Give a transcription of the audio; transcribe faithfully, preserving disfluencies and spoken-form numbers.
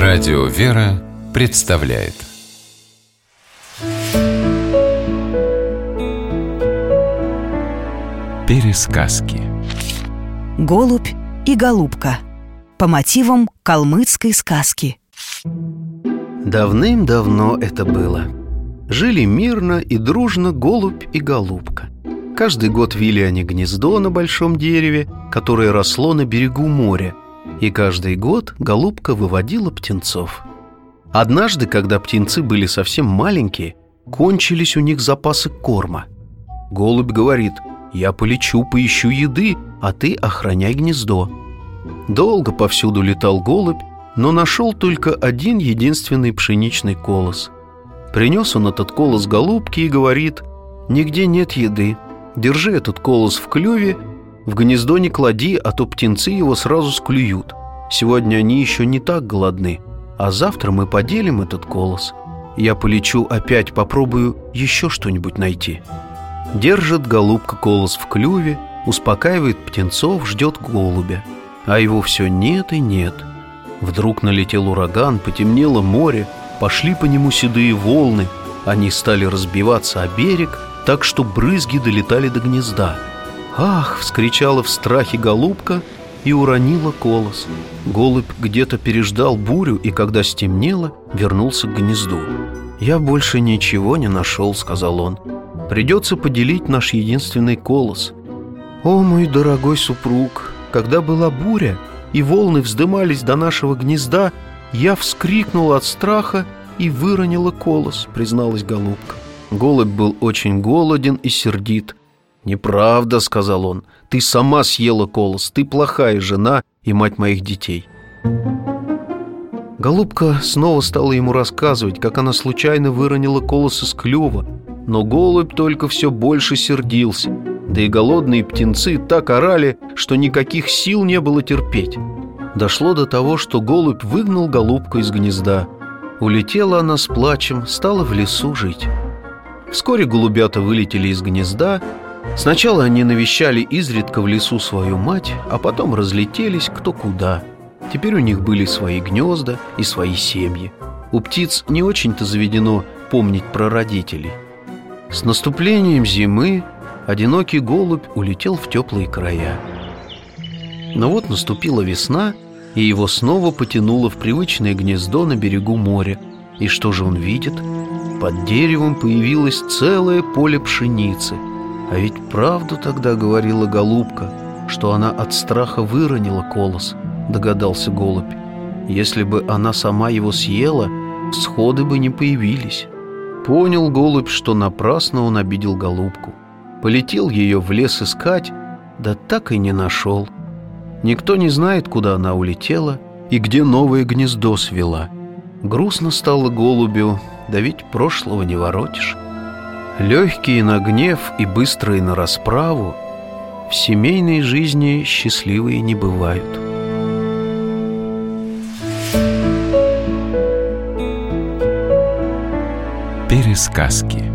Радио «Вера» представляет Пересказки. Голубь и голубка. По мотивам калмыцкой сказки. Давным-давно это было. Жили мирно и дружно голубь и голубка. Каждый год вили они гнездо на большом дереве, которое росло на берегу моря. И каждый год голубка выводила птенцов. Однажды, когда птенцы были совсем маленькие, кончились у них запасы корма. Голубь говорит: «Я полечу, поищу еды, а ты охраняй гнездо». Долго повсюду летал голубь, но нашел только один единственный пшеничный колос. Принес он этот колос голубке и говорит: «Нигде нет еды. Держи этот колос в клюве, в гнездо не клади, а то птенцы его сразу склюют. Сегодня они еще не так голодны, а завтра мы поделим этот колос. Я полечу опять, попробую еще что-нибудь найти». Держит голубка колос в клюве, успокаивает птенцов, ждет голубя. А его все нет и нет. Вдруг налетел ураган, потемнело море, пошли по нему седые волны. Они стали разбиваться о берег, так что брызги долетали до гнезда. «Ах!» — вскричала в страхе голубка и уронила колос. Голубь где-то переждал бурю, и когда стемнело, вернулся к гнезду. «Я больше ничего не нашел», — сказал он. «Придется поделить наш единственный колос». «О, мой дорогой супруг, когда была буря и волны вздымались до нашего гнезда, я вскрикнула от страха и выронила колос», — призналась голубка. Голубь был очень голоден и сердит. «Неправда», — сказал он, — «ты сама съела колос, ты плохая жена и мать моих детей». Голубка снова стала ему рассказывать, как она случайно выронила колос из клюва, но голубь только все больше сердился, да и голодные птенцы так орали, что никаких сил не было терпеть. Дошло до того, что голубь выгнал голубку из гнезда. Улетела она с плачем, стала в лесу жить. Вскоре голубята вылетели из гнезда. Сначала они навещали изредка в лесу свою мать, а потом разлетелись кто куда. Теперь у них были свои гнезда и свои семьи. У птиц не очень-то заведено помнить про родителей. С наступлением зимы одинокий голубь улетел в теплые края. Но вот наступила весна, и его снова потянуло в привычное гнездо на берегу моря. И что же он видит? Под деревом появилось целое поле пшеницы. А ведь правду тогда говорила голубка, что она от страха выронила колос, догадался голубь. Если бы она сама его съела, всходы бы не появились. Понял голубь, что напрасно он обидел голубку. Полетел ее в лес искать, да так и не нашел. Никто не знает, куда она улетела и где новое гнездо свела. Грустно стало голубю, да ведь прошлого не воротишь. Легкие на гнев и быстрые на расправу в семейной жизни счастливые не бывают. Пересказки.